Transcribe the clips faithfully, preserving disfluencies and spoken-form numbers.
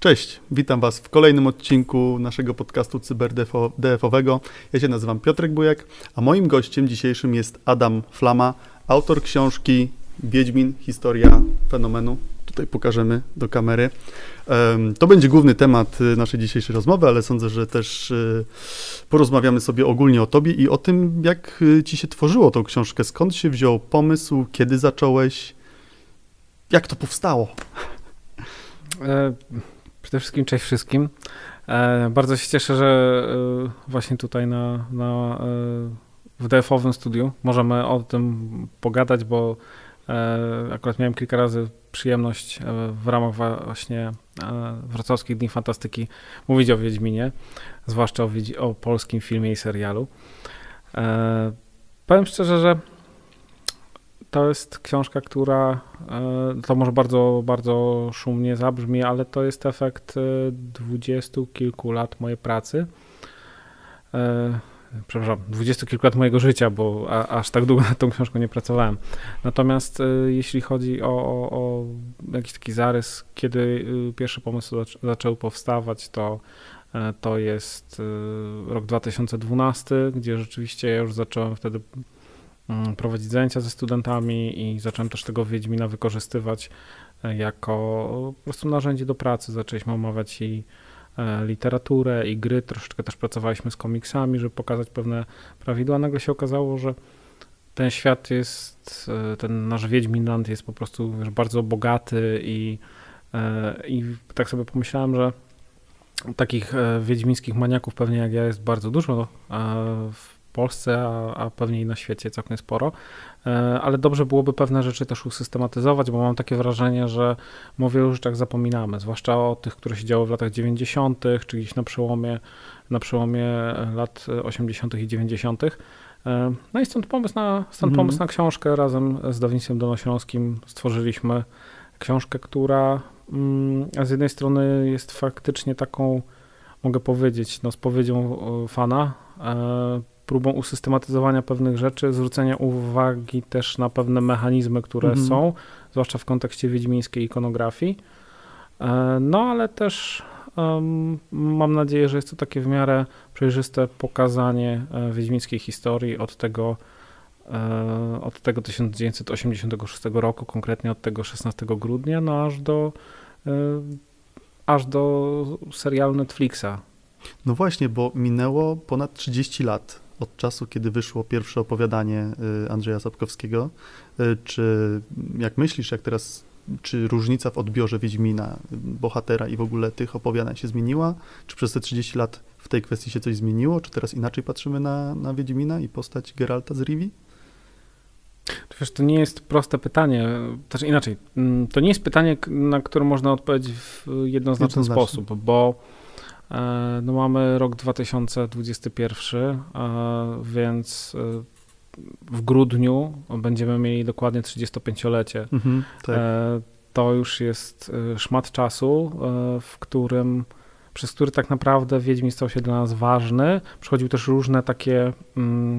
Cześć, witam Was w kolejnym odcinku naszego podcastu CyberDFowego. Ja się nazywam Piotrek Bujak, a moim gościem dzisiejszym jest Adam Flama, autor książki Wiedźmin, historia fenomenu. Tutaj pokażemy do kamery. To będzie główny temat naszej dzisiejszej rozmowy, ale sądzę, że też porozmawiamy sobie ogólnie o Tobie i o tym, jak Ci się tworzyło tą książkę, skąd się wziął pomysł, kiedy zacząłeś, jak to powstało? E, przede wszystkim cześć wszystkim. E, bardzo się cieszę, że e, właśnie tutaj na, na, e, w D F-owym studiu możemy o tym pogadać, bo e, akurat miałem kilka razy przyjemność e, w ramach właśnie e, Wrocławskich Dni Fantastyki mówić o Wiedźminie, zwłaszcza o, o polskim filmie i serialu. E, powiem szczerze, że to jest książka, która, to może bardzo, bardzo szumnie zabrzmi, ale to jest efekt dwudziestu kilku lat mojej pracy. Przepraszam, dwudziestu kilku lat mojego życia, bo aż tak długo nad tą książką nie pracowałem. Natomiast jeśli chodzi o, o, o jakiś taki zarys, kiedy pierwsze pomysły zaczęły powstawać, to to jest rok dwa tysiące dwunasty, gdzie rzeczywiście ja już zacząłem wtedy prowadzić zajęcia ze studentami i zacząłem też tego Wiedźmina wykorzystywać jako po prostu narzędzie do pracy. Zaczęliśmy omawiać i literaturę, i gry, troszeczkę też pracowaliśmy z komiksami, żeby pokazać pewne prawidła. Nagle się okazało, że ten świat jest, ten nasz Wiedźminland jest po prostu wiesz, bardzo bogaty i, i tak sobie pomyślałem, że takich wiedźmińskich maniaków pewnie jak ja jest bardzo dużo w Polsce, a, a pewnie i na świecie całkiem sporo, ale dobrze byłoby pewne rzeczy też usystematyzować, bo mam takie wrażenie, że o wielu rzeczach zapominamy, zwłaszcza o tych, które się działy w latach dziewięćdziesiątych, czy gdzieś na przełomie, na przełomie lat osiemdziesiątych i dziewięćdziesiątych. No i stąd pomysł na, stąd mm. pomysł na książkę. Razem z Wydawnictwem Dolnośląskim stworzyliśmy książkę, która mm, z jednej strony jest faktycznie taką, mogę powiedzieć, no, spowiedzią fana, próbą usystematyzowania pewnych rzeczy, zwrócenia uwagi też na pewne mechanizmy, które mhm. są, zwłaszcza w kontekście wiedźmińskiej ikonografii. No ale też um, mam nadzieję, że jest to takie w miarę przejrzyste pokazanie wiedźmińskiej historii od tego, od tego tysiąc dziewięćset osiemdziesiątego szóstego roku, konkretnie od tego szesnastego grudnia, no aż do, aż do serialu Netflixa. No właśnie, bo minęło ponad trzydzieści lat od czasu, kiedy wyszło pierwsze opowiadanie Andrzeja Sapkowskiego. Czy jak myślisz, jak teraz, czy różnica w odbiorze Wiedźmina, bohatera i w ogóle tych opowiadań się zmieniła? Czy przez te trzydzieści lat w tej kwestii się coś zmieniło? Czy teraz inaczej patrzymy na, na Wiedźmina i postać Geralta z Rivii? Wiesz, to nie jest proste pytanie, znaczy inaczej, to nie jest pytanie, na które można odpowiedzieć w jednoznaczny Jednoznacznie. sposób, bo no mamy rok dwa tysiące dwudziesty pierwszy, więc w grudniu będziemy mieli dokładnie trzydziestopięciolecie. Mhm, tak. To już jest szmat czasu, w którym, przez który tak naprawdę Wiedźmin stał się dla nas ważny. Przychodziły też różne takie mm,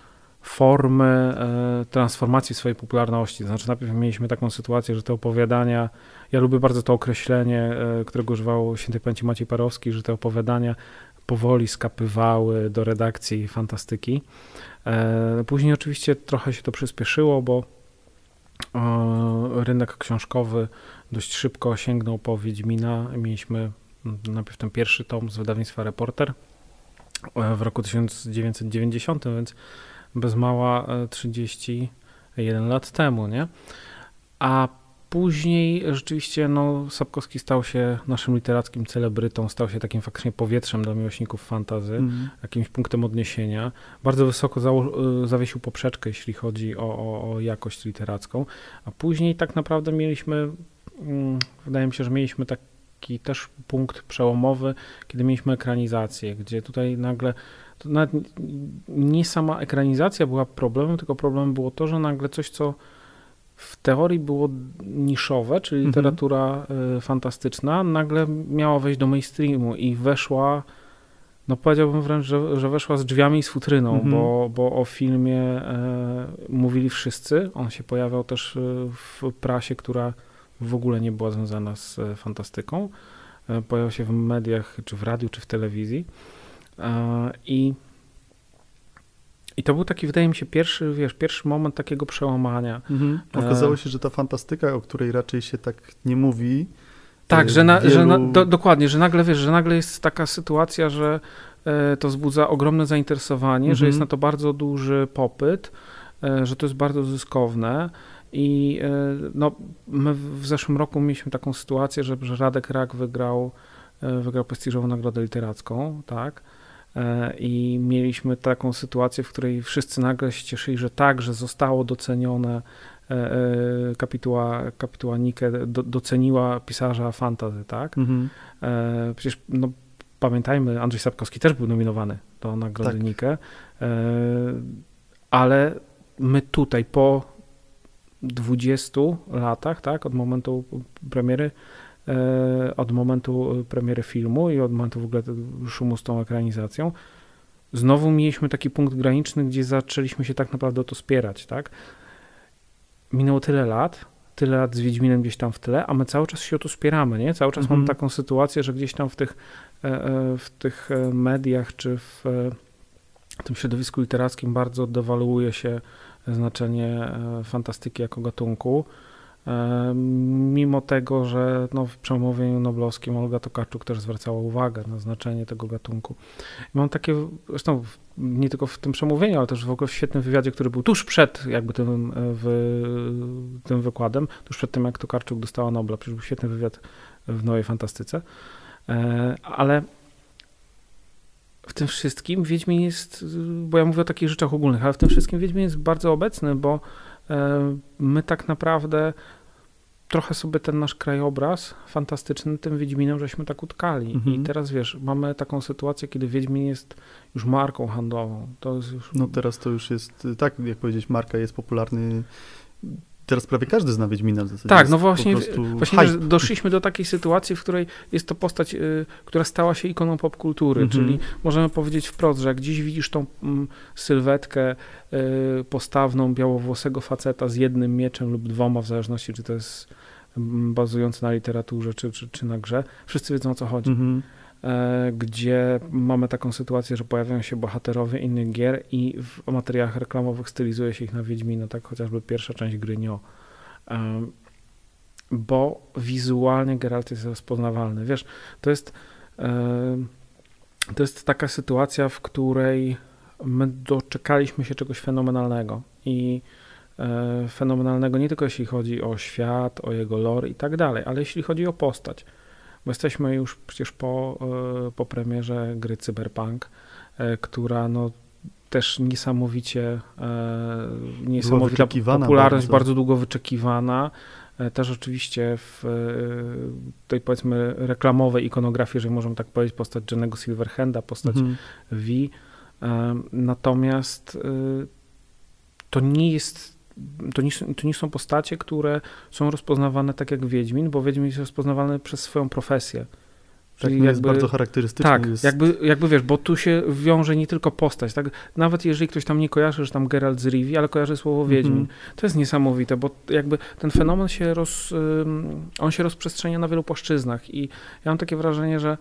formy transformacji swojej popularności. Znaczy najpierw mieliśmy taką sytuację, że te opowiadania, ja lubię bardzo to określenie, którego używał świętej pamięci Maciej Parowski, że te opowiadania powoli skapywały do redakcji fantastyki. Później oczywiście trochę się to przyspieszyło, bo rynek książkowy dość szybko sięgnął po Wiedźmina. Mieliśmy najpierw ten pierwszy tom z wydawnictwa Reporter w roku tysiąc dziewięćset dziewięćdziesiątym, więc bez mała trzydzieści jeden lat temu, nie? A później rzeczywiście no, Sapkowski stał się naszym literackim celebrytą, stał się takim faktycznie powietrzem dla miłośników fantasy, mm. jakimś punktem odniesienia. Bardzo wysoko zało- zawiesił poprzeczkę, jeśli chodzi o, o, o jakość literacką, a później tak naprawdę mieliśmy, mm, wydaje mi się, że mieliśmy taki też punkt przełomowy, kiedy mieliśmy ekranizację, gdzie tutaj nagle to nawet nie sama ekranizacja była problemem, tylko problemem było to, że nagle coś, co w teorii było niszowe, czyli literatura mm-hmm. fantastyczna, nagle miała wejść do mainstreamu i weszła, no powiedziałbym wręcz, że, że weszła z drzwiami i z futryną, mm-hmm. bo, bo o filmie e, mówili wszyscy. On się pojawiał też w prasie, która w ogóle nie była związana z fantastyką. pojawiał się w mediach, czy w radiu, czy w telewizji. I, i to był taki, wydaje mi się, pierwszy, wiesz, pierwszy moment takiego przełamania. Mhm. Okazało się, że ta fantastyka, o której raczej się tak nie mówi. Tak, że, na, wielu... że na, do, dokładnie, że nagle, wiesz, że nagle jest taka sytuacja, że e, to wzbudza ogromne zainteresowanie, mhm. że jest na to bardzo duży popyt, e, że to jest bardzo zyskowne. I e, no, my w zeszłym roku mieliśmy taką sytuację, że, że Radek Rak wygrał, e, wygrał prestiżową nagrodę literacką, tak? E, I mieliśmy taką sytuację, w której wszyscy nagle się cieszyli, że tak, że zostało docenione. Kapituła, kapituła Nike do, doceniła pisarza fantasy, tak? Mhm. E, przecież no, pamiętajmy, Andrzej Sapkowski też był nominowany do nagrody tak. Nike, e, ale my tutaj po dwudziestu latach, tak, od momentu premiery, e, od momentu premiery filmu i od momentu w ogóle szumu z tą ekranizacją, znowu mieliśmy taki punkt graniczny, gdzie zaczęliśmy się tak naprawdę o to spierać, tak? Minęło tyle lat, tyle lat z Wiedźminem gdzieś tam w tle, a my cały czas się o to spieramy, nie? Cały czas mm-hmm. mamy taką sytuację, że gdzieś tam w tych, w tych mediach czy w tym środowisku literackim bardzo dewaluuje się znaczenie fantastyki jako gatunku. Mimo tego, że no, w przemówieniu noblowskim Olga Tokarczuk też zwracała uwagę na znaczenie tego gatunku. I mam takie, zresztą nie tylko w tym przemówieniu, ale też w ogóle w świetnym wywiadzie, który był tuż przed jakby tym, w, tym wykładem, tuż przed tym, jak Tokarczuk dostała Nobla, przecież był świetny wywiad w Nowej Fantastyce, ale w tym wszystkim Wiedźmin jest, bo ja mówię o takich rzeczach ogólnych, ale w tym wszystkim Wiedźmin jest bardzo obecny, bo my tak naprawdę trochę sobie ten nasz krajobraz fantastyczny tym Wiedźminem żeśmy tak utkali. Mhm. I teraz wiesz, mamy taką sytuację, kiedy Wiedźmin jest już marką handlową. To jest już... No teraz to już jest, tak jak powiedzieć, marka jest popularny. Teraz prawie każdy zna Wiedźmina w zasadzie. Tak, no właśnie, właśnie wiesz, doszliśmy do takiej sytuacji, w której jest to postać, y, która stała się ikoną popkultury, mm-hmm. czyli możemy powiedzieć wprost, że jak dziś widzisz tą mm, sylwetkę y, postawną białowłosego faceta z jednym mieczem lub dwoma, w zależności czy to jest mm, bazujące na literaturze, czy, czy, czy na grze, wszyscy wiedzą, o co chodzi. Mm-hmm. E, gdzie mamy taką sytuację, że pojawiają się bohaterowie innych gier i w materiałach reklamowych stylizuje się ich na Wiedźmina, tak chociażby pierwsza część gry Nioh. E, bo wizualnie Geralt jest rozpoznawalny. Wiesz, to jest, e, to jest taka sytuacja, w której my doczekaliśmy się czegoś fenomenalnego i e, fenomenalnego nie tylko jeśli chodzi o świat, o jego lore i tak dalej, ale jeśli chodzi o postać. Bo jesteśmy już przecież po, po premierze gry Cyberpunk, która no też niesamowicie, niesamowita popularność, bardzo. bardzo długo wyczekiwana. Też oczywiście w tej powiedzmy reklamowej ikonografii, jeżeli możemy tak powiedzieć, postać Jennego Silverhanda, postać mhm. V. Natomiast to nie jest To nie, to nie są postacie, które są rozpoznawane tak jak Wiedźmin, bo Wiedźmin jest rozpoznawany przez swoją profesję. Tak, no jest bardzo charakterystyczny. Tak, jest... jakby, jakby wiesz, bo tu się wiąże nie tylko postać, tak? Nawet jeżeli ktoś tam nie kojarzy, że tam Geralt z Rivii, ale kojarzy słowo Wiedźmin. Mm-hmm. To jest niesamowite, bo jakby ten fenomen się roz, on się rozprzestrzenia na wielu płaszczyznach i ja mam takie wrażenie, że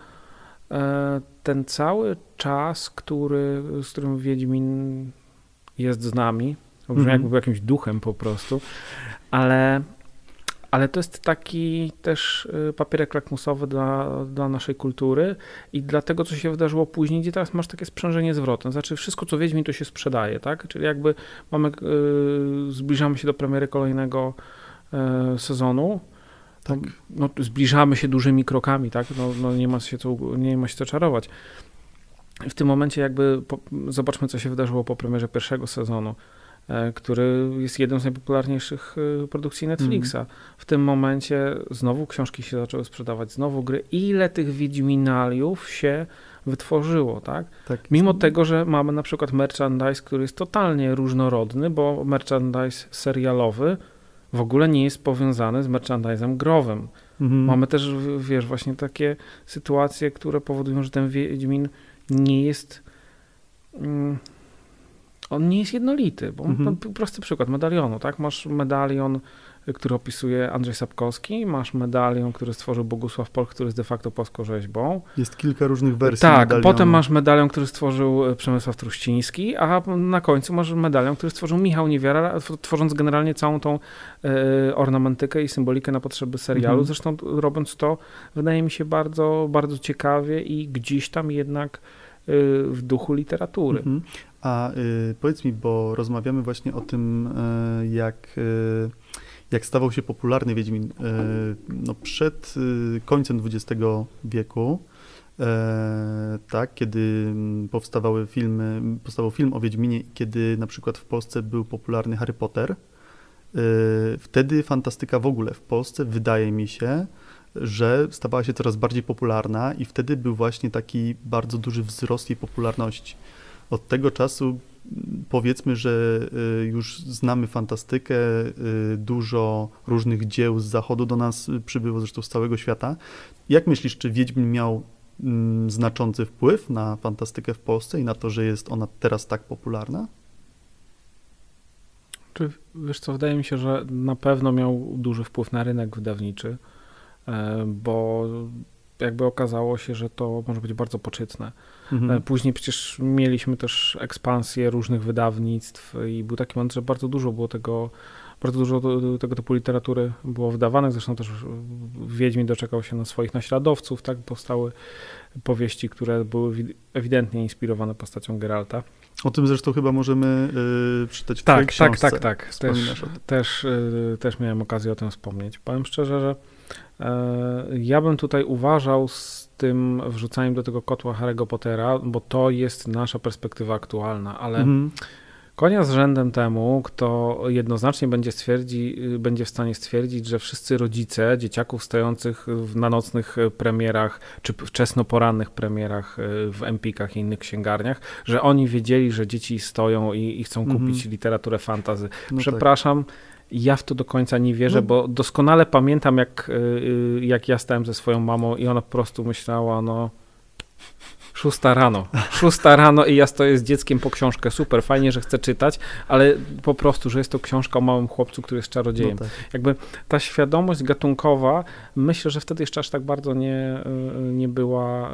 ten cały czas, który, z którym Wiedźmin jest z nami, to brzmi mm-hmm. jakby był jakimś duchem po prostu, ale, ale to jest taki też papierek lakmusowy dla, dla naszej kultury i dla tego, co się wydarzyło później, gdzie teraz masz takie sprzężenie zwrotne. Znaczy wszystko, co Wiedźmin, to się sprzedaje, tak? Czyli jakby mamy, yy, zbliżamy się do premiery kolejnego yy, sezonu, tak. no, no, zbliżamy się dużymi krokami, tak? No, no nie ma się co, nie ma się co czarować. W tym momencie jakby po, zobaczmy, co się wydarzyło po premierze pierwszego sezonu, który jest jedną z najpopularniejszych produkcji Netflixa. Mm. W tym momencie znowu książki się zaczęły sprzedawać, znowu gry. Ile tych Wiedźminaliów się wytworzyło, tak? tak? Mimo tego, że mamy na przykład merchandise, który jest totalnie różnorodny, bo merchandise serialowy w ogóle nie jest powiązany z merchandisem growym. Mm. Mamy też, wiesz, właśnie takie sytuacje, które powodują, że ten Wiedźmin nie jest... Mm, on nie jest jednolity, bo Mhm. no, prosty przykład medalionu, tak? Masz medalion, który opisuje Andrzej Sapkowski, masz medalion, który stworzył Bogusław Polk, który jest de facto polską rzeźbą. Jest kilka różnych wersji Tak, medalionu. potem masz medalion, który stworzył Przemysław Truściński, a na końcu masz medalion, który stworzył Michał Niewiara, tworząc generalnie całą tą e, ornamentykę i symbolikę na potrzeby serialu. Mhm. Zresztą robiąc to, wydaje mi się bardzo, bardzo ciekawie i gdzieś tam jednak w duchu literatury. Mhm. A y, powiedz mi, bo rozmawiamy właśnie o tym, y, jak, y, jak stawał się popularny Wiedźmin y, no przed y, końcem dwudziestego wieku, y, tak, kiedy powstawały filmy, powstawał film o Wiedźminie, kiedy na przykład w Polsce był popularny Harry Potter. Y, wtedy fantastyka w ogóle w Polsce, wydaje mi się, że stawała się coraz bardziej popularna i wtedy był właśnie taki bardzo duży wzrost jej popularności. Od tego czasu powiedzmy, że już znamy fantastykę, dużo różnych dzieł z zachodu do nas przybyło, zresztą z całego świata. Jak myślisz, czy Wiedźmin miał znaczący wpływ na fantastykę w Polsce i na to, że jest ona teraz tak popularna? Czy, wiesz co, wydaje mi się, że na pewno miał duży wpływ na rynek wydawniczy, bo jakby okazało się, że to może być bardzo poczytne. Mhm. Później przecież mieliśmy też ekspansję różnych wydawnictw i był taki moment, że bardzo dużo było tego, bardzo dużo tego typu literatury było wydawanych, zresztą też Wiedźmin doczekał się na swoich naśladowców, tak, powstały powieści, które były ewidentnie inspirowane postacią Geralta. O tym zresztą chyba możemy y, czytać w tak, twojej książce. Tak, tak, tak. Też, też, y, też miałem okazję o tym wspomnieć. Powiem szczerze, że y, ja bym tutaj uważał z tym wrzucaniem do tego kotła Harry'ego Pottera, bo to jest nasza perspektywa aktualna, ale mhm. konia z rzędem temu, kto jednoznacznie będzie, stwierdzi, będzie w stanie stwierdzić, że wszyscy rodzice dzieciaków stojących na nocnych premierach, czy wczesnoporannych premierach w Empikach i innych księgarniach, że oni wiedzieli, że dzieci stoją i, i chcą kupić mhm. literaturę fantasy. No Przepraszam, tak. Ja w to do końca nie wierzę, no. bo doskonale pamiętam, jak, jak ja stałem ze swoją mamą i ona po prostu myślała, no... Szósta rano. Szósta rano i ja stoję z dzieckiem po książkę. Super, fajnie, że chcę czytać, ale po prostu, że jest to książka o małym chłopcu, który jest czarodziejem. No tak. Jakby ta świadomość gatunkowa, myślę, że wtedy jeszcze aż tak bardzo nie, nie była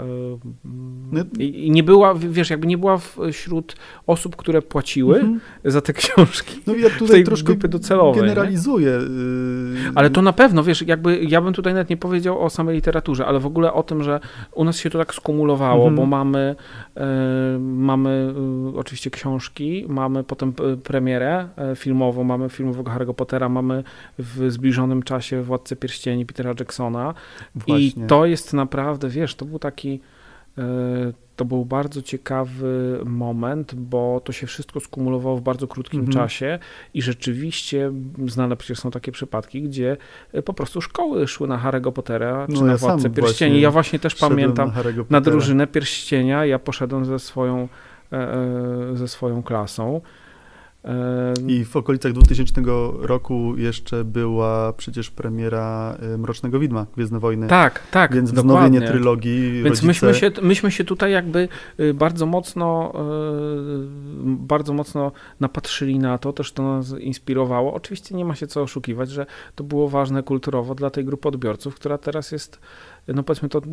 no. i, i nie była, wiesz, jakby nie była wśród osób, które płaciły mhm. za te książki. No ja tutaj troszkę docelowej, generalizuję. Nie? Ale to na pewno, wiesz, jakby ja bym tutaj nawet nie powiedział o samej literaturze, ale w ogóle o tym, że u nas się to tak skumulowało, mhm. bo mamy, y, mamy y, oczywiście książki, mamy potem premierę y, filmową, mamy filmowego Harry'ego Pottera, mamy w zbliżonym czasie Władcę Pierścieni Petera Jacksona. Właśnie. I to jest naprawdę, wiesz, to był taki, y, to był bardzo ciekawy moment, bo to się wszystko skumulowało w bardzo krótkim mhm. czasie i rzeczywiście znane przecież są takie przypadki, gdzie po prostu szkoły szły na Harry'ego Pottera czy no na ja Władcę Pierścieni. Właśnie ja właśnie też pamiętam na, na Drużynę Pierścienia, ja poszedłem ze swoją, ze swoją klasą. I w okolicach dwutysięcznego roku jeszcze była przecież premiera Mrocznego Widma, Gwiezdne Wojny. Tak, tak, Więc wznowienie trylogii. Więc rodzice... myśmy, się, myśmy się tutaj jakby bardzo mocno bardzo mocno napatrzyli na to, też to nas inspirowało. Oczywiście nie ma się co oszukiwać, że to było ważne kulturowo dla tej grupy odbiorców, która teraz jest, no powiedzmy to...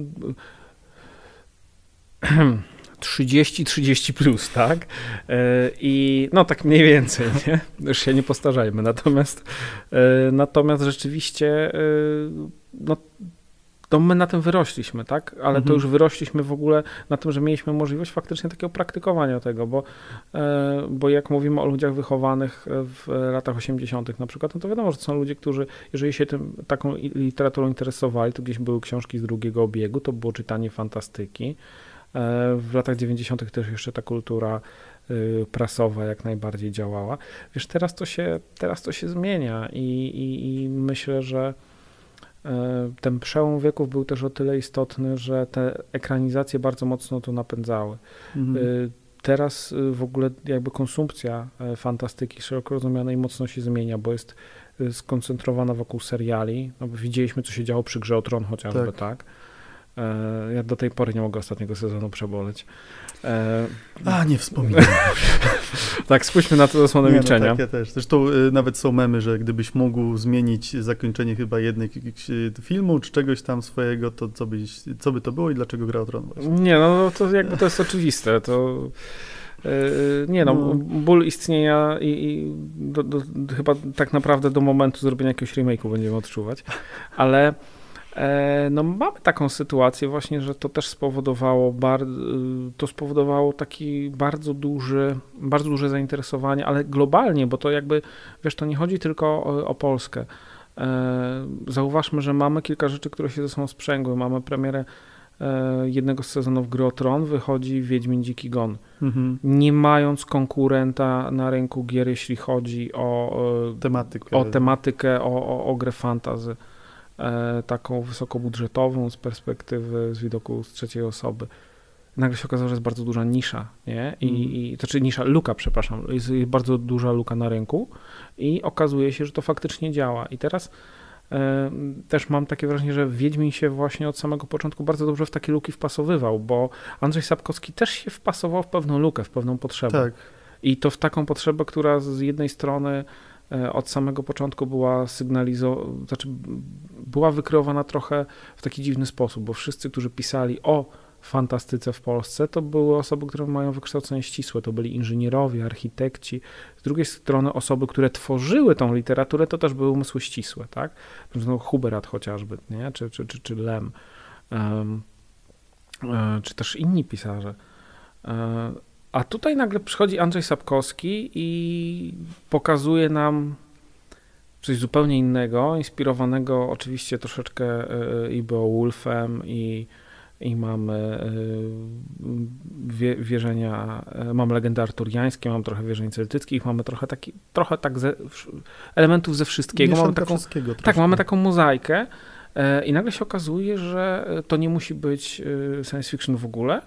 trzydzieści trzydzieści plus, tak? I no tak mniej więcej, nie? Już się nie postarzajmy. Natomiast natomiast rzeczywiście no to my na tym wyrośliśmy, tak? Ale mhm. to już wyrośliśmy w ogóle na tym, że mieliśmy możliwość faktycznie takiego praktykowania tego, bo, bo jak mówimy o ludziach wychowanych w latach osiemdziesiątych na przykład, no to wiadomo, że to są ludzie, którzy, jeżeli się tym, taką literaturą interesowali, to gdzieś były książki z drugiego obiegu, to było czytanie fantastyki. W latach dziewięćdziesiątych też jeszcze ta kultura prasowa jak najbardziej działała. Wiesz, teraz to się, teraz to się zmienia i, i, i myślę, że ten przełom wieków był też o tyle istotny, że te ekranizacje bardzo mocno to napędzały. Mhm. Teraz w ogóle jakby konsumpcja fantastyki szeroko rozumianej mocno się zmienia, bo jest skoncentrowana wokół seriali. No bo widzieliśmy, co się działo przy Grze o Tron chociażby, tak? tak? Ja do tej pory nie mogę ostatniego sezonu przeboleć. A, nie wspominam. Tak, spójrzmy na to zasłonę milczenia. No, tak, ja też. Zresztą y, nawet są memy, że gdybyś mógł zmienić zakończenie chyba jednego filmu czy czegoś tam swojego, to co, byś, co by to było i dlaczego Gra o Tron? Właśnie? Nie, no to jakby to jest oczywiste. To yy, nie no, no, ból istnienia i, i do, do, chyba tak naprawdę do momentu zrobienia jakiegoś remake'u będziemy odczuwać, ale no mamy taką sytuację właśnie, że to też spowodowało bar- to spowodowało taki bardzo duży, bardzo duże zainteresowanie, ale globalnie, bo to jakby, wiesz, to nie chodzi tylko o, o Polskę. Zauważmy, że mamy kilka rzeczy, które się ze sobą sprzęgły. Mamy premierę jednego z sezonów Gry o Tron, wychodzi Wiedźmin Dziki Gon. Mhm. Nie mając konkurenta na rynku gier, jeśli chodzi o tematykę, o, tematykę, o, o, o grę fantasy. Taką wysokobudżetową z perspektywy, z widoku z trzeciej osoby. Nagle się okazało, że jest bardzo duża nisza, nie? I, mm. i to znaczy nisza, luka, przepraszam, jest, jest bardzo duża luka na rynku i okazuje się, że to faktycznie działa. I teraz e, też mam takie wrażenie, że Wiedźmin się właśnie od samego początku bardzo dobrze w takie luki wpasowywał, bo Andrzej Sapkowski też się wpasował w pewną lukę, w pewną potrzebę. Tak. I to w taką potrzebę, która z jednej strony od samego początku była sygnalizowana, znaczy była wykreowana trochę w taki dziwny sposób, bo wszyscy, którzy pisali o fantastyce w Polsce, to były osoby, które mają wykształcenie ścisłe, to byli inżynierowie, architekci. Z drugiej strony osoby, które tworzyły tą literaturę, to też były umysły ścisłe, tak? No, Huberat chociażby, nie? Czy, czy, czy, czy Lem, um, czy też inni pisarze. Um, A tutaj nagle przychodzi Andrzej Sapkowski i pokazuje nam coś zupełnie innego, inspirowanego oczywiście troszeczkę i Beowulfem i, i mamy wie, wierzenia, mamy legendy arturiańskie, mamy trochę wierzeń celtyckich, mamy trochę taki, trochę tak ze, elementów ze wszystkiego. Mamy taką, wszystkiego tak, mamy taką mozaikę i nagle się okazuje, że to nie musi być science fiction w ogóle.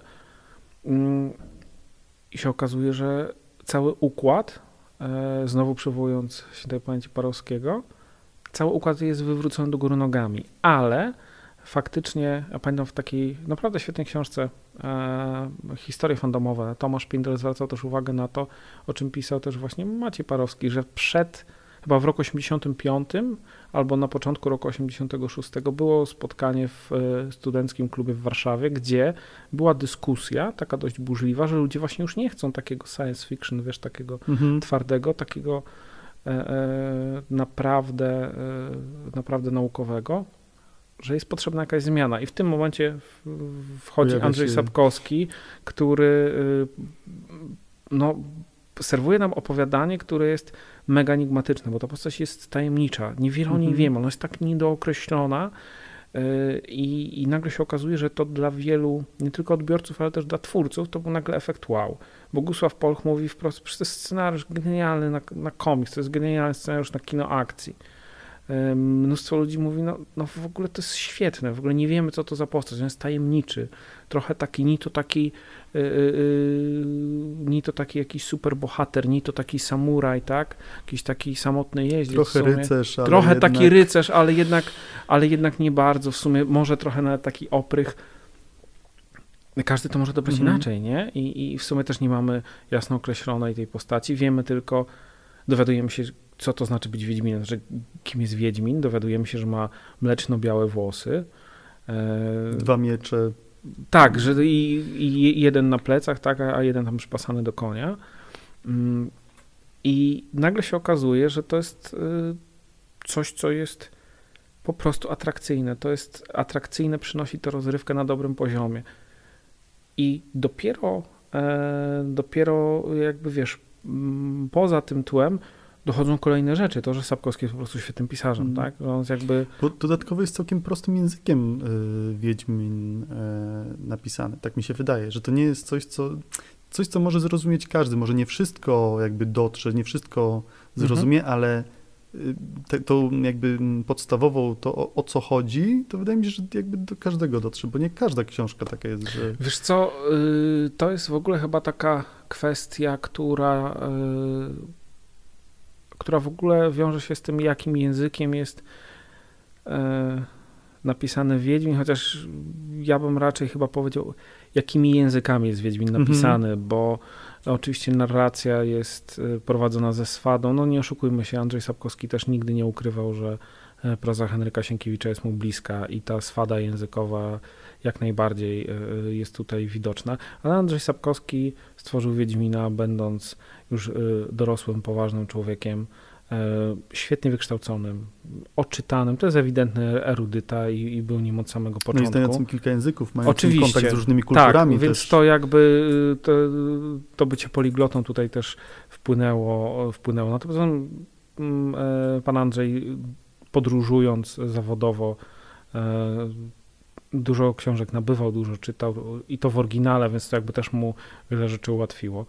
I się okazuje, że cały układ, e, znowu przywołując świętej pamięci Parowskiego, cały układ jest wywrócony do góry nogami, ale faktycznie, ja pamiętam w takiej naprawdę świetnej książce e, Historie fandomowe, Tomasz Pindel zwracał też uwagę na to, o czym pisał też właśnie Maciej Parowski, że przed, chyba w roku osiemdziesiątym piątym albo na początku roku osiemdziesiątego szóstego było spotkanie w studenckim klubie w Warszawie, gdzie była dyskusja taka dość burzliwa, że ludzie właśnie już nie chcą takiego science fiction, wiesz, takiego mhm. twardego, takiego e, e, naprawdę, e, naprawdę naukowego, że jest potrzebna jakaś zmiana. I w tym momencie wchodzi Pojawia Andrzej się... Sapkowski, który no, serwuje nam opowiadanie, które jest mega enigmatyczne, bo ta postać jest tajemnicza. Niewiele o niej wiemy, ona jest tak niedookreślona yy, i, i nagle się okazuje, że to dla wielu, nie tylko odbiorców, ale też dla twórców, to był nagle efekt wow. Bogusław Polch mówi wprost, że to jest scenariusz genialny na, na komiks, to jest genialny scenariusz na kino akcji. Yy, mnóstwo ludzi mówi, no, no w ogóle to jest świetne, w ogóle nie wiemy, co to za postać, on jest tajemniczy, trochę taki, ni to taki Yy, yy, ni to taki jakiś super bohater, ni to taki samuraj, tak? Jakiś taki samotny jeździec. Trochę rycerz, ale Trochę jednak... taki rycerz, ale jednak, ale jednak nie bardzo. W sumie może trochę nawet taki oprych. Każdy to może dobrać mhm. inaczej, nie? I, I w sumie też nie mamy jasno określonej tej postaci. Wiemy tylko, dowiadujemy się, co to znaczy być Wiedźminem, znaczy kim jest Wiedźmin. Dowiadujemy się, że ma mleczno-białe włosy. Dwa miecze. Tak, że i, i jeden na plecach, tak, a jeden tam przypasany do konia. I nagle się okazuje, że to jest coś, co jest po prostu atrakcyjne. To jest atrakcyjne, przynosi to rozrywkę na dobrym poziomie. I dopiero, dopiero jakby wiesz, poza tym tłem dochodzą kolejne rzeczy. To, że Sapkowski jest po prostu świetnym pisarzem, mm. tak? Że on jakby... Bo dodatkowo jest całkiem prostym językiem y, Wiedźmin y, napisany. Tak mi się wydaje, że to nie jest coś, co, coś, co może zrozumieć każdy. Może nie wszystko jakby dotrze, nie wszystko zrozumie, mm-hmm. ale y, te, tą jakby podstawową, to o, o co chodzi, to wydaje mi się, że jakby do każdego dotrze, bo nie każda książka taka jest, że... Wiesz co, y, to jest w ogóle chyba taka kwestia, która... Y, która w ogóle wiąże się z tym, jakim językiem jest e, napisany Wiedźmin, chociaż ja bym raczej chyba powiedział, jakimi językami jest Wiedźmin napisany, mm-hmm. bo Oczywiście narracja jest prowadzona ze swadą. No nie oszukujmy się, Andrzej Sapkowski też nigdy nie ukrywał, że proza Henryka Sienkiewicza jest mu bliska i ta swada językowa jak najbardziej jest tutaj widoczna. Ale Andrzej Sapkowski stworzył Wiedźmina, będąc już dorosłym, poważnym człowiekiem, świetnie wykształconym, odczytanym, to jest ewidentny erudyta i, i był nim od samego początku. No i znającym kilka języków, mającym kontakt z różnymi kulturami. Tak, więc to jakby to, to bycie poliglotą tutaj też wpłynęło, wpłynęło na to. Pan Andrzej, podróżując zawodowo, dużo książek nabywał, dużo czytał i to w oryginale, więc to jakby też mu wiele rzeczy ułatwiło.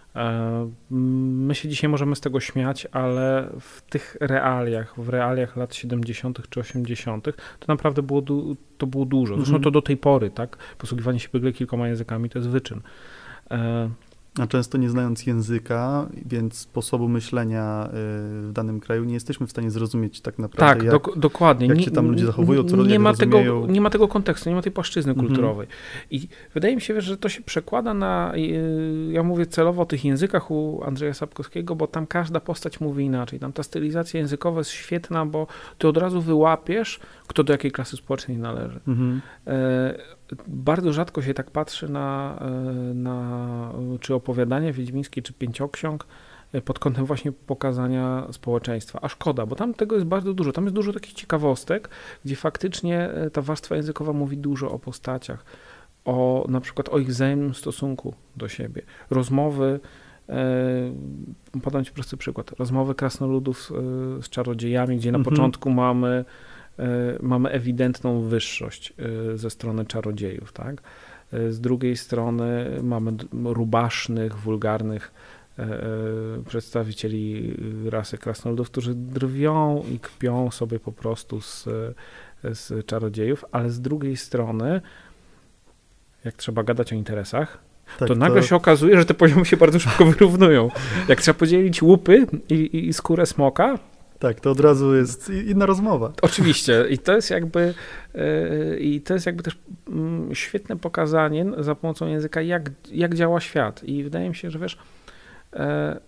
My się dzisiaj możemy z tego śmiać, ale w tych realiach, w realiach lat siedemdziesiątych czy osiemdziesiątych to naprawdę było, to było dużo. Zresztą to do tej pory, tak? Posługiwanie się biegle kilkoma językami to jest wyczyn. A często nie znając języka, więc sposobu myślenia w danym kraju, nie jesteśmy w stanie zrozumieć tak naprawdę, tak, jak, dok- dokładnie. jak się tam ludzie zachowują, co nie ma rozumieją. tego, nie ma tego kontekstu, nie ma tej płaszczyzny Mhm. kulturowej. I wydaje mi się, że to się przekłada na, ja mówię celowo o tych językach u Andrzeja Sapkowskiego, bo tam każda postać mówi inaczej. Tam ta stylizacja językowa jest świetna, bo ty od razu wyłapiesz, kto do jakiej klasy społecznej należy. Mhm. E, Bardzo rzadko się tak patrzy na, na czy opowiadania wiedźmińskie, czy pięcioksiąg pod kątem właśnie pokazania społeczeństwa. A szkoda, bo tam tego jest bardzo dużo. Tam jest dużo takich ciekawostek, gdzie faktycznie ta warstwa językowa mówi dużo o postaciach, o na przykład o ich wzajemnym stosunku do siebie. Rozmowy, e, podam ci prosty przykład, rozmowy krasnoludów z czarodziejami, gdzie na Mhm. początku mamy mamy ewidentną wyższość ze strony czarodziejów, tak? Z drugiej strony mamy rubasznych, wulgarnych przedstawicieli rasy krasnoludów, którzy drwią i kpią sobie po prostu z, z czarodziejów, ale z drugiej strony, jak trzeba gadać o interesach, Tak, to nagle to... się okazuje, że te poziomy się bardzo szybko wyrównują. Jak trzeba podzielić łupy i, i skórę smoka, tak, to od razu jest inna rozmowa. Oczywiście. I to jest jakby yy, i to jest jakby też yy, świetne pokazanie za pomocą języka, jak, jak działa świat. I wydaje mi się, że wiesz, yy,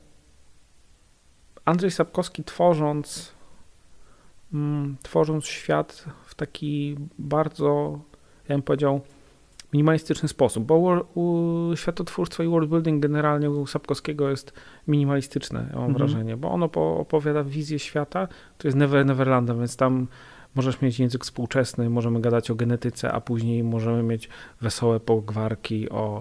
Andrzej Sapkowski tworząc yy, tworząc świat w taki bardzo, ja bym powiedział, minimalistyczny sposób, bo u, u światotwórstwo i worldbuilding generalnie u Sapkowskiego jest minimalistyczne, ja mam Mhm. wrażenie, bo ono po, opowiada wizję świata, to jest Never Neverlandem, więc tam możesz mieć język współczesny, możemy gadać o genetyce, a później możemy mieć wesołe pogwarki o,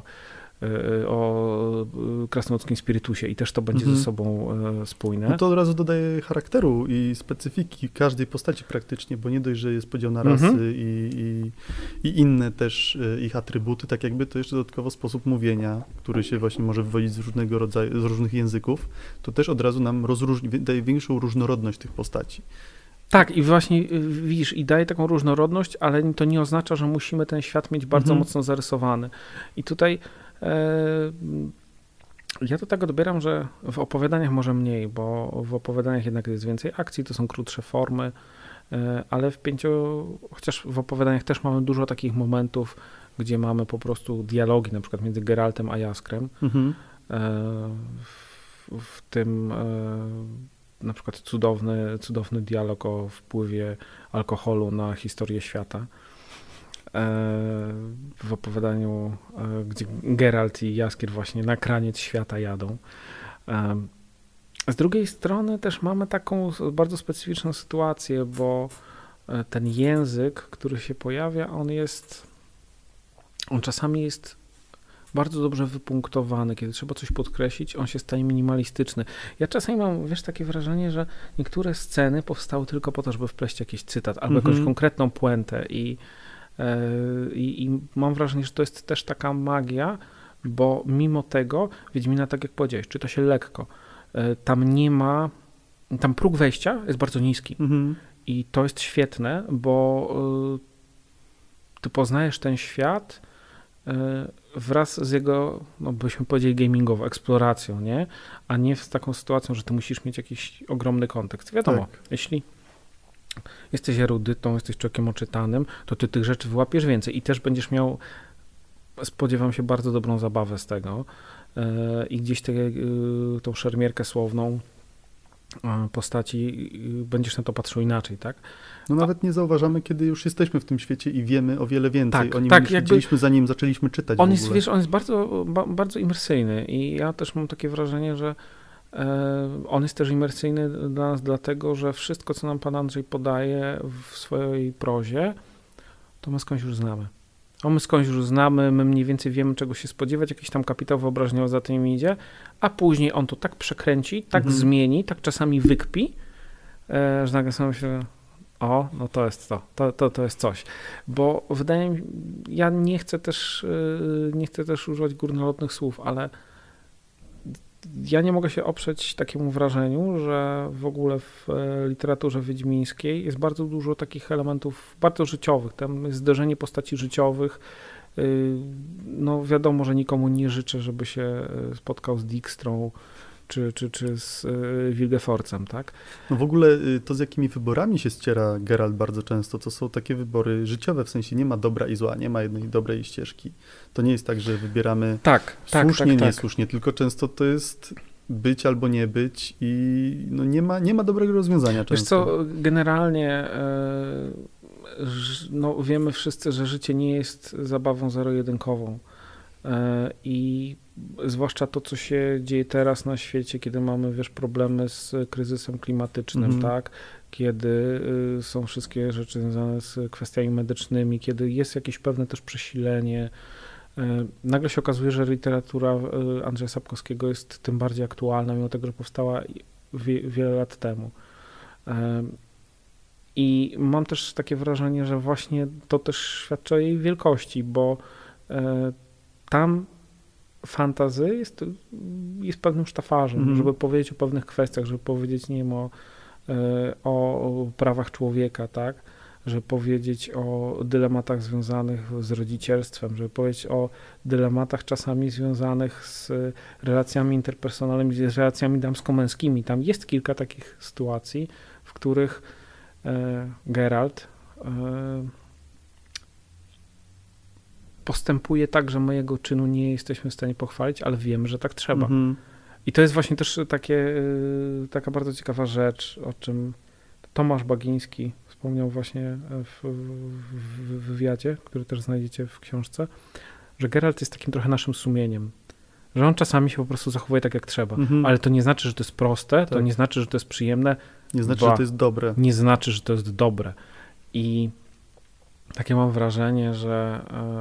o krasnoludzkim spirytusie i też to będzie Mhm. ze sobą spójne. No to od razu dodaje charakteru i specyfiki każdej postaci praktycznie, bo nie dość, że jest podział na rasy Mhm. i, i, i inne też ich atrybuty, tak jakby to jeszcze dodatkowo sposób mówienia, który się właśnie może wywodzić z różnego rodzaju, z różnych języków, to też od razu nam rozróżni, daje większą różnorodność tych postaci. Tak, i właśnie widzisz, i daje taką różnorodność, ale to nie oznacza, że musimy ten świat mieć bardzo Mhm. mocno zarysowany. I tutaj e, ja to tak odbieram, że w opowiadaniach może mniej, bo w opowiadaniach jednak jest więcej akcji, to są krótsze formy, e, ale w pięcio, chociaż w opowiadaniach też mamy dużo takich momentów, gdzie mamy po prostu dialogi, na przykład między Geraltem a Jaskrem. Mhm. E, w, w tym e, na przykład cudowny, cudowny dialog o wpływie alkoholu na historię świata. W opowiadaniu, gdzie Geralt i Jaskier właśnie na kraniec świata jadą. Z drugiej strony też mamy taką bardzo specyficzną sytuację, bo ten język, który się pojawia, on jest, on czasami jest bardzo dobrze wypunktowany, kiedy trzeba coś podkreślić, on się staje minimalistyczny. Ja czasami mam, wiesz, takie wrażenie, że niektóre sceny powstały tylko po to, żeby wpleść jakiś cytat albo Mhm. jakąś konkretną puentę i, yy, i mam wrażenie, że to jest też taka magia, bo mimo tego Wiedźmina, tak jak powiedziałeś, czyta się lekko. Yy, tam nie ma, tam próg wejścia jest bardzo niski Mhm. i to jest świetne, bo yy, ty poznajesz ten świat yy, wraz z jego, no byśmy powiedzieli gamingowo, eksploracją, nie? A nie z taką sytuacją, że ty musisz mieć jakiś ogromny kontekst. Wiadomo, Tak. jeśli jesteś erudytą, jesteś człowiekiem oczytanym, to ty tych rzeczy wyłapiesz więcej i też będziesz miał spodziewam się bardzo dobrą zabawę z tego i gdzieś te, tą szermierkę słowną postaci będziesz na to patrzył inaczej, tak? No nawet nie zauważamy, kiedy już jesteśmy w tym świecie i wiemy o wiele więcej tak, o nim tak, niż jakby widzieliśmy, zanim zaczęliśmy czytać on w jest, ogóle. wiesz, on jest bardzo, ba, bardzo imersyjny i ja też mam takie wrażenie, że e, on jest też imersyjny dla nas dlatego, że wszystko, co nam pan Andrzej podaje w swojej prozie, to my skądś już znamy. O, my skądś już znamy, my mniej więcej wiemy, czego się spodziewać, jakiś tam kapitał wyobraźniowy za tym idzie, a później on to tak przekręci, tak Mhm. zmieni, tak czasami wykpi, e, że nagle sobie myślę, o, no to jest to, to, to, to jest coś. Bo wydaje mi się, ja nie chcę też, yy, nie chcę też używać górnolotnych słów, ale ja nie mogę się oprzeć takiemu wrażeniu, że w ogóle w e, literaturze wiedźmińskiej jest bardzo dużo takich elementów bardzo życiowych. Tam jest zderzenie postaci życiowych. Yy, no wiadomo, że nikomu nie życzę, żeby się spotkał z Dijkstrą czy, czy, czy z y, Wilgefortzem, tak? No w ogóle y, to, z jakimi wyborami się ściera Geralt bardzo często, to są takie wybory życiowe, w sensie nie ma dobra i zła, nie ma jednej dobrej ścieżki. To nie jest tak, że wybieramy tak, słusznie, tak, tak, niesłusznie, tak. Tylko często to jest być albo nie być i no nie ma, nie ma dobrego rozwiązania często. Wiesz co, generalnie y, no wiemy wszyscy, że życie nie jest zabawą zero-jedynkową. I zwłaszcza to, co się dzieje teraz na świecie, kiedy mamy, wiesz, problemy z kryzysem klimatycznym, mhm. tak, kiedy y, są wszystkie rzeczy związane z kwestiami medycznymi, kiedy jest jakieś pewne też przesilenie. Y, nagle się okazuje, że literatura y, Andrzeja Sapkowskiego jest tym bardziej aktualna, mimo tego, że powstała wie, wiele lat temu. Y, I mam też takie wrażenie, że właśnie to też świadczy o jej wielkości, bo y, tam fantasy jest, jest pewnym sztafarzem, mm. żeby powiedzieć o pewnych kwestiach, żeby powiedzieć, nie wiem, o, o prawach człowieka, tak, żeby powiedzieć o dylematach związanych z rodzicielstwem, żeby powiedzieć o dylematach czasami związanych z relacjami interpersonalnymi, z relacjami damsko-męskimi. Tam jest kilka takich sytuacji, w których e, Geralt e, postępuje tak, że mojego czynu nie jesteśmy w stanie pochwalić, ale wiemy, że tak trzeba. Mm-hmm. I to jest właśnie też takie, taka bardzo ciekawa rzecz, o czym Tomasz Bagiński wspomniał właśnie w, w, w wywiadzie, który też znajdziecie w książce, że Geralt jest takim trochę naszym sumieniem, że on czasami się po prostu zachowuje tak, jak trzeba, mm-hmm. ale to nie znaczy, że to jest proste, tak. To nie znaczy, że to jest przyjemne. Nie znaczy, że to jest dobre. Nie znaczy, że to jest dobre. I takie mam wrażenie, że,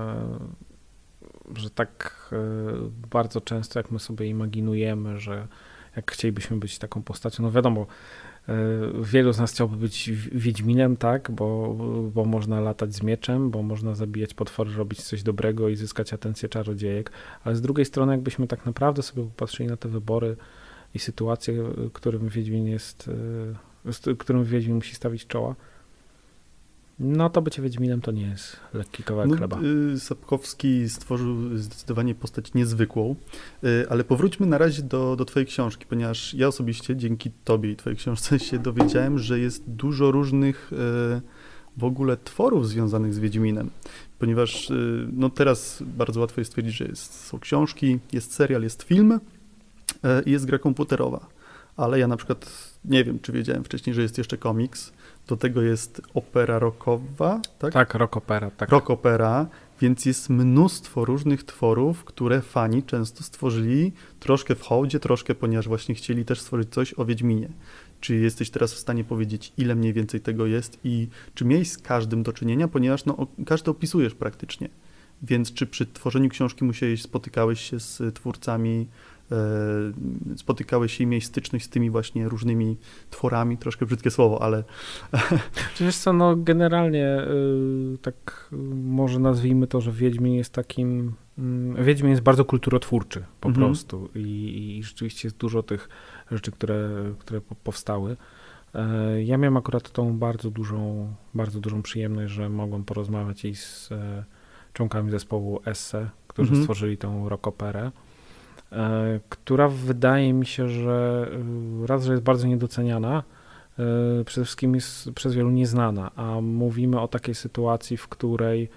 że tak bardzo często, jak my sobie imaginujemy, że jak chcielibyśmy być taką postacią, no wiadomo, wielu z nas chciałby być Wiedźminem, tak, bo, bo można latać z mieczem, bo można zabijać potwory, robić coś dobrego i zyskać atencję czarodziejek, ale z drugiej strony, jakbyśmy tak naprawdę sobie popatrzyli na te wybory i sytuacje, którym Wiedźmin jest, którym Wiedźmin musi stawić czoła, no to bycie Wiedźminem to nie jest lekki kawałek no, chleba. Y, Sapkowski stworzył zdecydowanie postać niezwykłą, y, ale powróćmy na razie do, do twojej książki, ponieważ ja osobiście dzięki tobie i twojej książce się dowiedziałem, że jest dużo różnych y, w ogóle tworów związanych z Wiedźminem, ponieważ y, no teraz bardzo łatwo jest stwierdzić, że jest, są książki, jest serial, jest film y, i jest gra komputerowa, ale ja na przykład nie wiem, czy wiedziałem wcześniej, że jest jeszcze komiks. Do tego jest opera rockowa, tak? Tak, rock opera. Tak. Rock opera, więc jest mnóstwo różnych tworów, które fani często stworzyli troszkę w hołdzie, troszkę, ponieważ właśnie chcieli też stworzyć coś o Wiedźminie. Czy jesteś teraz w stanie powiedzieć, ile mniej więcej tego jest i czy miałeś z każdym do czynienia, ponieważ no, każdy opisujesz praktycznie. Więc czy przy tworzeniu książki musiałeś, spotykałeś się z twórcami, e, spotykałeś się i miałeś styczność z tymi właśnie różnymi tworami, troszkę brzydkie słowo, ale... Wiesz co, no generalnie y, tak y, może nazwijmy to, że Wiedźmin jest takim... Y, Wiedźmin jest bardzo kulturotwórczy po mhm. prostu I, i rzeczywiście jest dużo tych rzeczy, które, które powstały. Y, ja miałem akurat tą bardzo dużą, bardzo dużą przyjemność, że mogłem porozmawiać i z y, członkami zespołu Esse, którzy mhm. stworzyli tą rock operę, która wydaje mi się, że raz, że jest bardzo niedoceniana, przede wszystkim jest przez wielu nieznana, a mówimy o takiej sytuacji, w której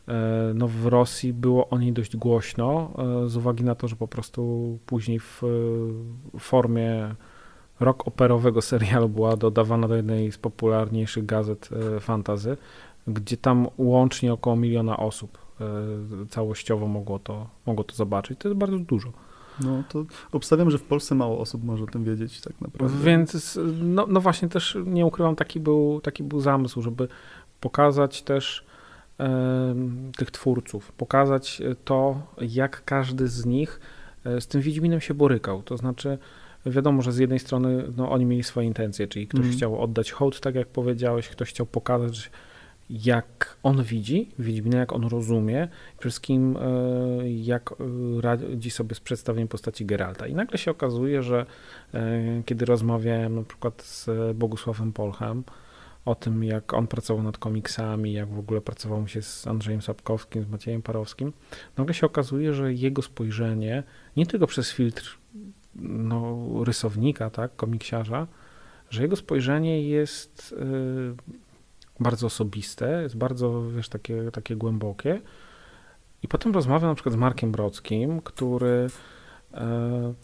no w Rosji było o niej dość głośno, z uwagi na to, że po prostu później w formie rock operowego serialu była dodawana do jednej z popularniejszych gazet fantasy, gdzie tam łącznie około miliona osób całościowo mogło to, mogło to zobaczyć. To jest bardzo dużo. No to obstawiam, że w Polsce mało osób może o tym wiedzieć tak naprawdę. Więc no, no właśnie też nie ukrywam, taki był, taki był zamysł, żeby pokazać też e, tych twórców, pokazać to, jak każdy z nich z tym Wiedźminem się borykał. To znaczy wiadomo, że z jednej strony no, oni mieli swoje intencje, czyli ktoś mm. chciał oddać hołd, tak jak powiedziałeś, ktoś chciał pokazać, jak on widzi Wiedźmina, jak on rozumie, przede wszystkim jak radzi sobie z przedstawieniem postaci Geralta. I nagle się okazuje, że kiedy rozmawiałem na przykład z Bogusławem Polchem o tym, jak on pracował nad komiksami, jak w ogóle pracował mu się z Andrzejem Sapkowskim, z Maciejem Parowskim, nagle się okazuje, że jego spojrzenie, nie tylko przez filtr no, rysownika, tak, komiksiarza, że jego spojrzenie jest bardzo osobiste, jest bardzo, wiesz, takie, takie głębokie. I potem rozmawiam na przykład z Markiem Brodskim, który e,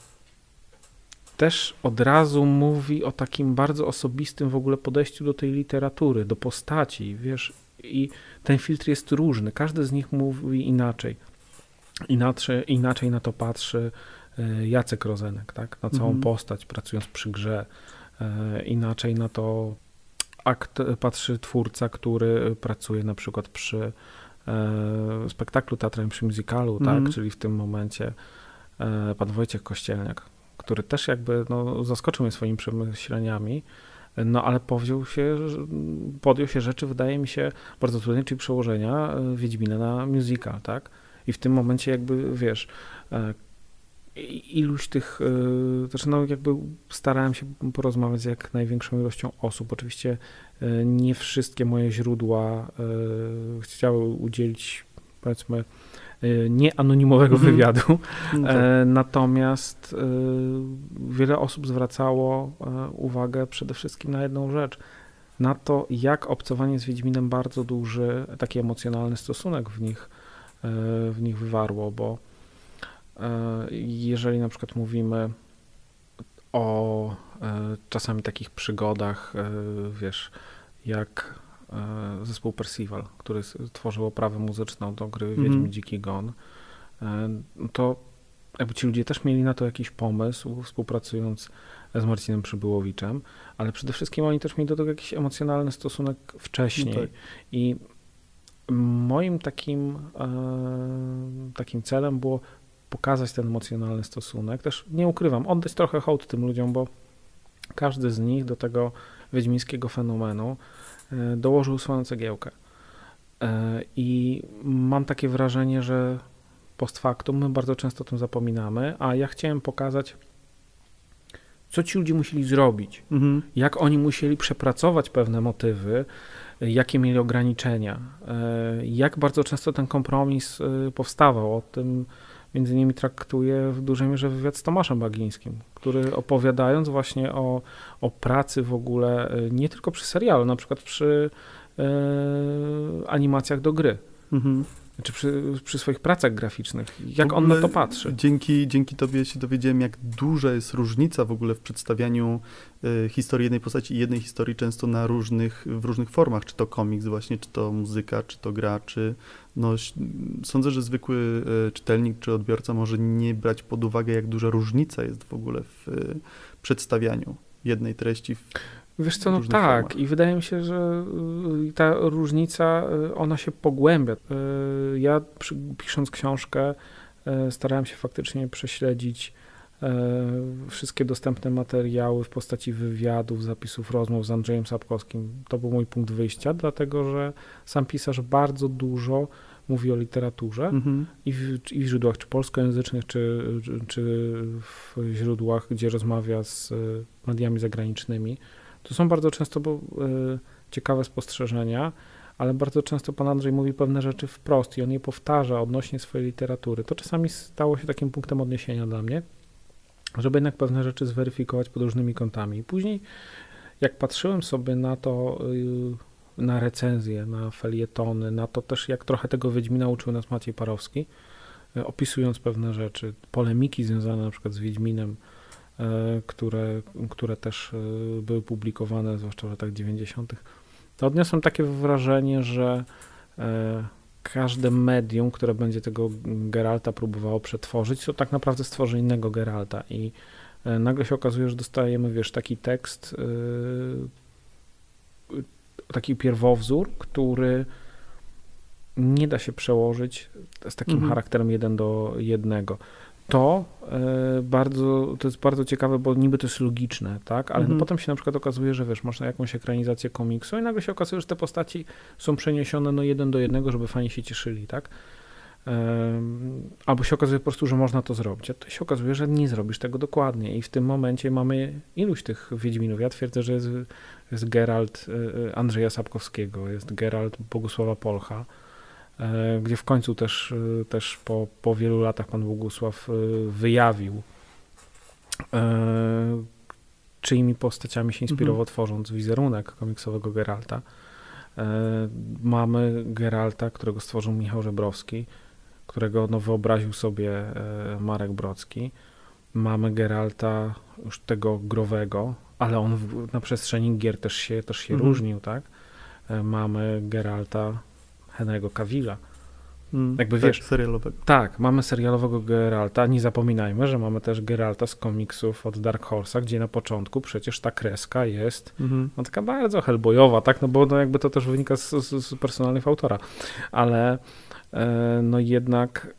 też od razu mówi o takim bardzo osobistym w ogóle podejściu do tej literatury, do postaci, wiesz, i ten filtr jest różny, każdy z nich mówi inaczej. Inaczej, inaczej na to patrzy Jacek Rozenek, tak, na całą mhm. postać, pracując przy grze. E, inaczej na to akt patrzy twórca, który pracuje na przykład przy e, spektaklu teatralnym, przy musicalu, mm. tak, czyli w tym momencie e, pan Wojciech Kościelniak, który też jakby no, zaskoczył mnie swoimi przemyśleniami, no ale powziął się, podjął się rzeczy, wydaje mi się, bardzo trudnej, czyli przełożenia Wiedźmina na musical, tak, i w tym momencie jakby, wiesz, e, iluś tych, znaczy no jakby starałem się porozmawiać z jak największą ilością osób. Oczywiście nie wszystkie moje źródła chciały udzielić, powiedzmy, nieanonimowego mm. wywiadu, no tak. Natomiast wiele osób zwracało uwagę przede wszystkim na jedną rzecz, na to, jak obcowanie z Wiedźminem bardzo duży, taki emocjonalny stosunek w nich, w nich wywarło, bo jeżeli na przykład mówimy o czasami takich przygodach, wiesz, jak zespół Percival, który tworzył oprawę muzyczną do gry Wiedźmin mm. Dziki Gon, to jakby ci ludzie też mieli na to jakiś pomysł, współpracując z Marcinem Przybyłowiczem, ale przede wszystkim oni też mieli do tego jakiś emocjonalny stosunek wcześniej. No tak. I moim takim, takim celem było pokazać ten emocjonalny stosunek. Też nie ukrywam, oddać trochę hołd tym ludziom, bo każdy z nich do tego wiedźmińskiego fenomenu dołożył swoją cegiełkę. I mam takie wrażenie, że post factum my bardzo często o tym zapominamy, a ja chciałem pokazać, co ci ludzie musieli zrobić, mhm. jak oni musieli przepracować pewne motywy, jakie mieli ograniczenia, jak bardzo często ten kompromis powstawał. O tym między innymi traktuje w dużej mierze wywiad z Tomaszem Bagińskim, który opowiadając właśnie o, o pracy w ogóle, nie tylko przy serialu, na przykład przy e, animacjach do gry, mhm. czy przy, przy swoich pracach graficznych, jak on na to patrzy. Dzięki, dzięki tobie się dowiedziałem, jak duża jest różnica w ogóle w przedstawianiu y, historii jednej postaci i jednej historii często na różnych, w różnych formach, czy to komiks właśnie, czy to muzyka, czy to gra, czy no, sądzę, że zwykły y, czytelnik czy odbiorca może nie brać pod uwagę, jak duża różnica jest w ogóle w y, przedstawianiu jednej treści w Wiesz co, no tak formach. I wydaje mi się, że ta różnica, ona się pogłębia. Ja przy, pisząc książkę starałem się faktycznie prześledzić wszystkie dostępne materiały w postaci wywiadów, zapisów rozmów z Andrzejem Sapkowskim. To był mój punkt wyjścia, dlatego że sam pisarz bardzo dużo mówi o literaturze mhm. i, w, i w źródłach czy polskojęzycznych, czy, czy, czy w źródłach, gdzie rozmawia z mediami zagranicznymi. To są bardzo często bo, y, ciekawe spostrzeżenia, ale bardzo często pan Andrzej mówi pewne rzeczy wprost i on je powtarza odnośnie swojej literatury. To czasami stało się takim punktem odniesienia dla mnie, żeby jednak pewne rzeczy zweryfikować pod różnymi kątami. I później, jak patrzyłem sobie na to, y, na recenzje, na felietony, na to też, jak trochę tego Wiedźmina uczył nas Maciej Parowski, opisując pewne rzeczy, polemiki związane na przykład z Wiedźminem, które, które też były publikowane, zwłaszcza w latach dziewięćdziesiątych. To odniosłem takie wrażenie, że każde medium, które będzie tego Geralta próbowało przetworzyć, to tak naprawdę stworzy innego Geralta i nagle się okazuje, że dostajemy, wiesz, taki tekst, taki pierwowzór, który nie da się przełożyć z takim mhm. charakterem jeden do jednego. To bardzo, to jest bardzo ciekawe, bo niby to jest logiczne, tak? Ale mhm. no potem się na przykład okazuje, że wiesz, masz jakąś ekranizację komiksu i nagle się okazuje, że te postaci są przeniesione no jeden do jednego, żeby fani się cieszyli, tak? Albo się okazuje po prostu, że można to zrobić, a to się okazuje, że nie zrobisz tego dokładnie i w tym momencie mamy iluś tych Wiedźminów. Ja twierdzę, że jest, jest Geralt Andrzeja Sapkowskiego, jest Geralt Bogusława Polcha, gdzie w końcu też, też po, po wielu latach pan Bogusław wyjawił, czyimi postaciami się inspirował, mhm. tworząc wizerunek komiksowego Geralta. Mamy Geralta, którego stworzył Michał Żebrowski, którego no, wyobraził sobie Marek Brocki. Mamy Geralta już tego growego, ale on w, na przestrzeni gier też się, też się mhm. różnił, tak? Mamy Geralta Henry'ego Cavilla. Mm, Jakby tak, wiesz, serialowego. Tak, mamy serialowego Geralta. Nie zapominajmy, że mamy też Geralta z komiksów od Dark Horse'a, gdzie na początku przecież ta kreska jest mm-hmm. no, taka bardzo hellboyowa, tak? No bo no, jakby to też wynika z, z, z personalnych autora. Ale e, no jednak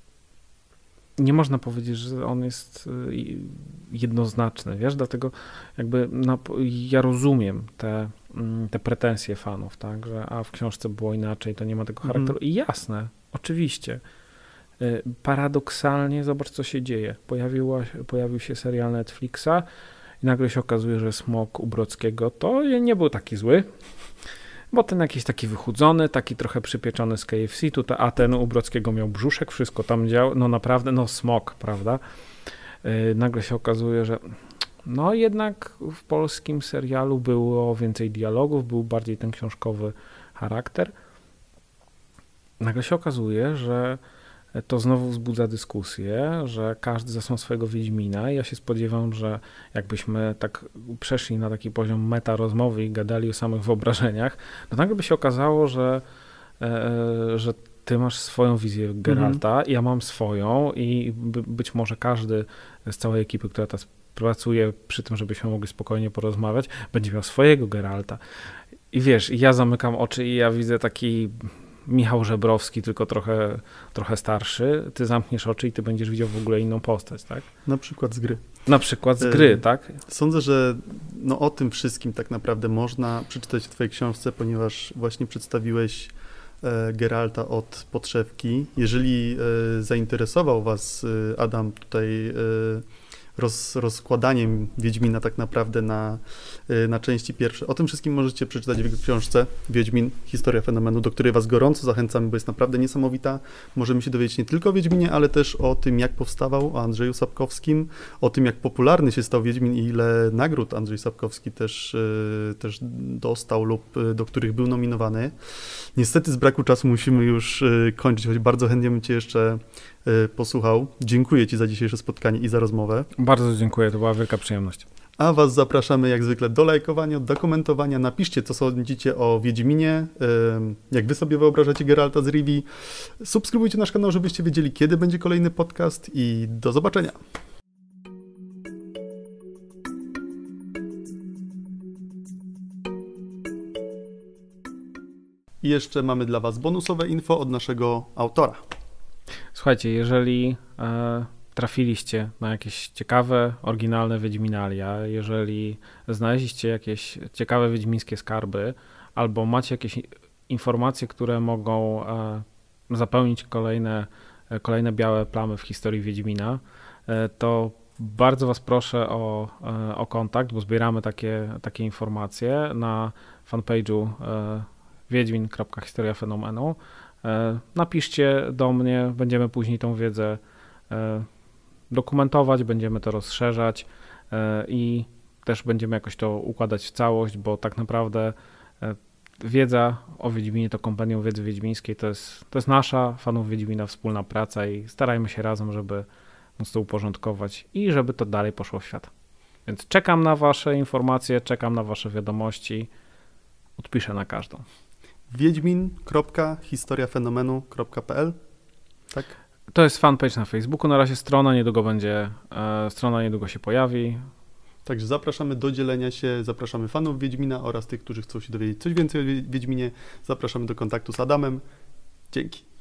nie można powiedzieć, że on jest jednoznaczny, wiesz? Dlatego jakby no, ja rozumiem te te pretensje fanów, tak, że a w książce było inaczej, to nie ma tego charakteru. Mm. I jasne, oczywiście. Paradoksalnie zobacz, co się dzieje. Pojawiła, pojawił się serial Netflixa i nagle się okazuje, że Smok u Brockiego to nie był taki zły, bo ten jakiś taki wychudzony, taki trochę przypieczony z K F C, tutaj, a ten u Brockiego miał brzuszek, wszystko tam działo, no naprawdę, no smok, prawda? Nagle się okazuje, że no jednak w polskim serialu było więcej dialogów, był bardziej ten książkowy charakter. Nagle się okazuje, że to znowu wzbudza dyskusję, że każdy zasłał swojego Wiedźmina i ja się spodziewam, że jakbyśmy tak przeszli na taki poziom meta rozmowy i gadali o samych wyobrażeniach, to nagle by się okazało, że, e, że ty masz swoją wizję Geralta, mhm. ja mam swoją i by, być może każdy z całej ekipy, która ta pracuje przy tym, żebyśmy mogli spokojnie porozmawiać, będzie miał swojego Geralta. I wiesz, ja zamykam oczy i ja widzę taki Michał Żebrowski, tylko trochę, trochę starszy. Ty zamkniesz oczy i ty będziesz widział w ogóle inną postać, tak? Na przykład z gry. Na przykład z gry, e, tak? Sądzę, że no o tym wszystkim tak naprawdę można przeczytać w twojej książce, ponieważ właśnie przedstawiłeś e, Geralta od podszewki. Jeżeli e, zainteresował was e, Adam tutaj e, Roz, rozkładaniem Wiedźmina tak naprawdę na, na części pierwsze. O tym wszystkim możecie przeczytać w jego książce Wiedźmin, historia fenomenu, do której was gorąco zachęcamy, bo jest naprawdę niesamowita. Możemy się dowiedzieć nie tylko o Wiedźminie, ale też o tym, jak powstawał, o Andrzeju Sapkowskim, o tym, jak popularny się stał Wiedźmin i ile nagród Andrzej Sapkowski też, też dostał lub do których był nominowany. Niestety z braku czasu musimy już kończyć, choć bardzo chętnie bym cię jeszcze posłuchał. Dziękuję ci za dzisiejsze spotkanie i za rozmowę. Bardzo dziękuję, to była wielka przyjemność. A was zapraszamy jak zwykle do lajkowania, do komentowania. Napiszcie, co sądzicie o Wiedźminie, jak wy sobie wyobrażacie Geralta z Rivii. Subskrybujcie nasz kanał, żebyście wiedzieli, kiedy będzie kolejny podcast i do zobaczenia. I jeszcze mamy dla was bonusowe info od naszego autora. Słuchajcie, jeżeli e, trafiliście na jakieś ciekawe, oryginalne Wiedźminalia, jeżeli znaleźliście jakieś ciekawe wiedźmińskie skarby, albo macie jakieś informacje, które mogą e, zapełnić kolejne, e, kolejne białe plamy w historii Wiedźmina, e, to bardzo was proszę o, e, o kontakt, bo zbieramy takie, takie informacje na fanpage'u e, wiedźmin kropka historia fenomenu. Napiszcie do mnie, będziemy później tą wiedzę dokumentować, będziemy to rozszerzać i też będziemy jakoś to układać w całość, bo tak naprawdę wiedza o Wiedźminie, to Kompendium Wiedzy Wiedźmińskiej, to jest, to jest nasza, fanów Wiedźmina, wspólna praca i starajmy się razem, żeby móc to uporządkować i żeby to dalej poszło w świat. Więc czekam na wasze informacje, czekam na wasze wiadomości, odpiszę na każdą. wiedźmin kropka historia fenomenu kropka p l, tak? To jest fanpage na Facebooku, na razie strona niedługo będzie, e, strona niedługo się pojawi. Także zapraszamy do dzielenia się, zapraszamy fanów Wiedźmina oraz tych, którzy chcą się dowiedzieć coś więcej o Wiedźminie. Zapraszamy do kontaktu z Adamem. Dzięki.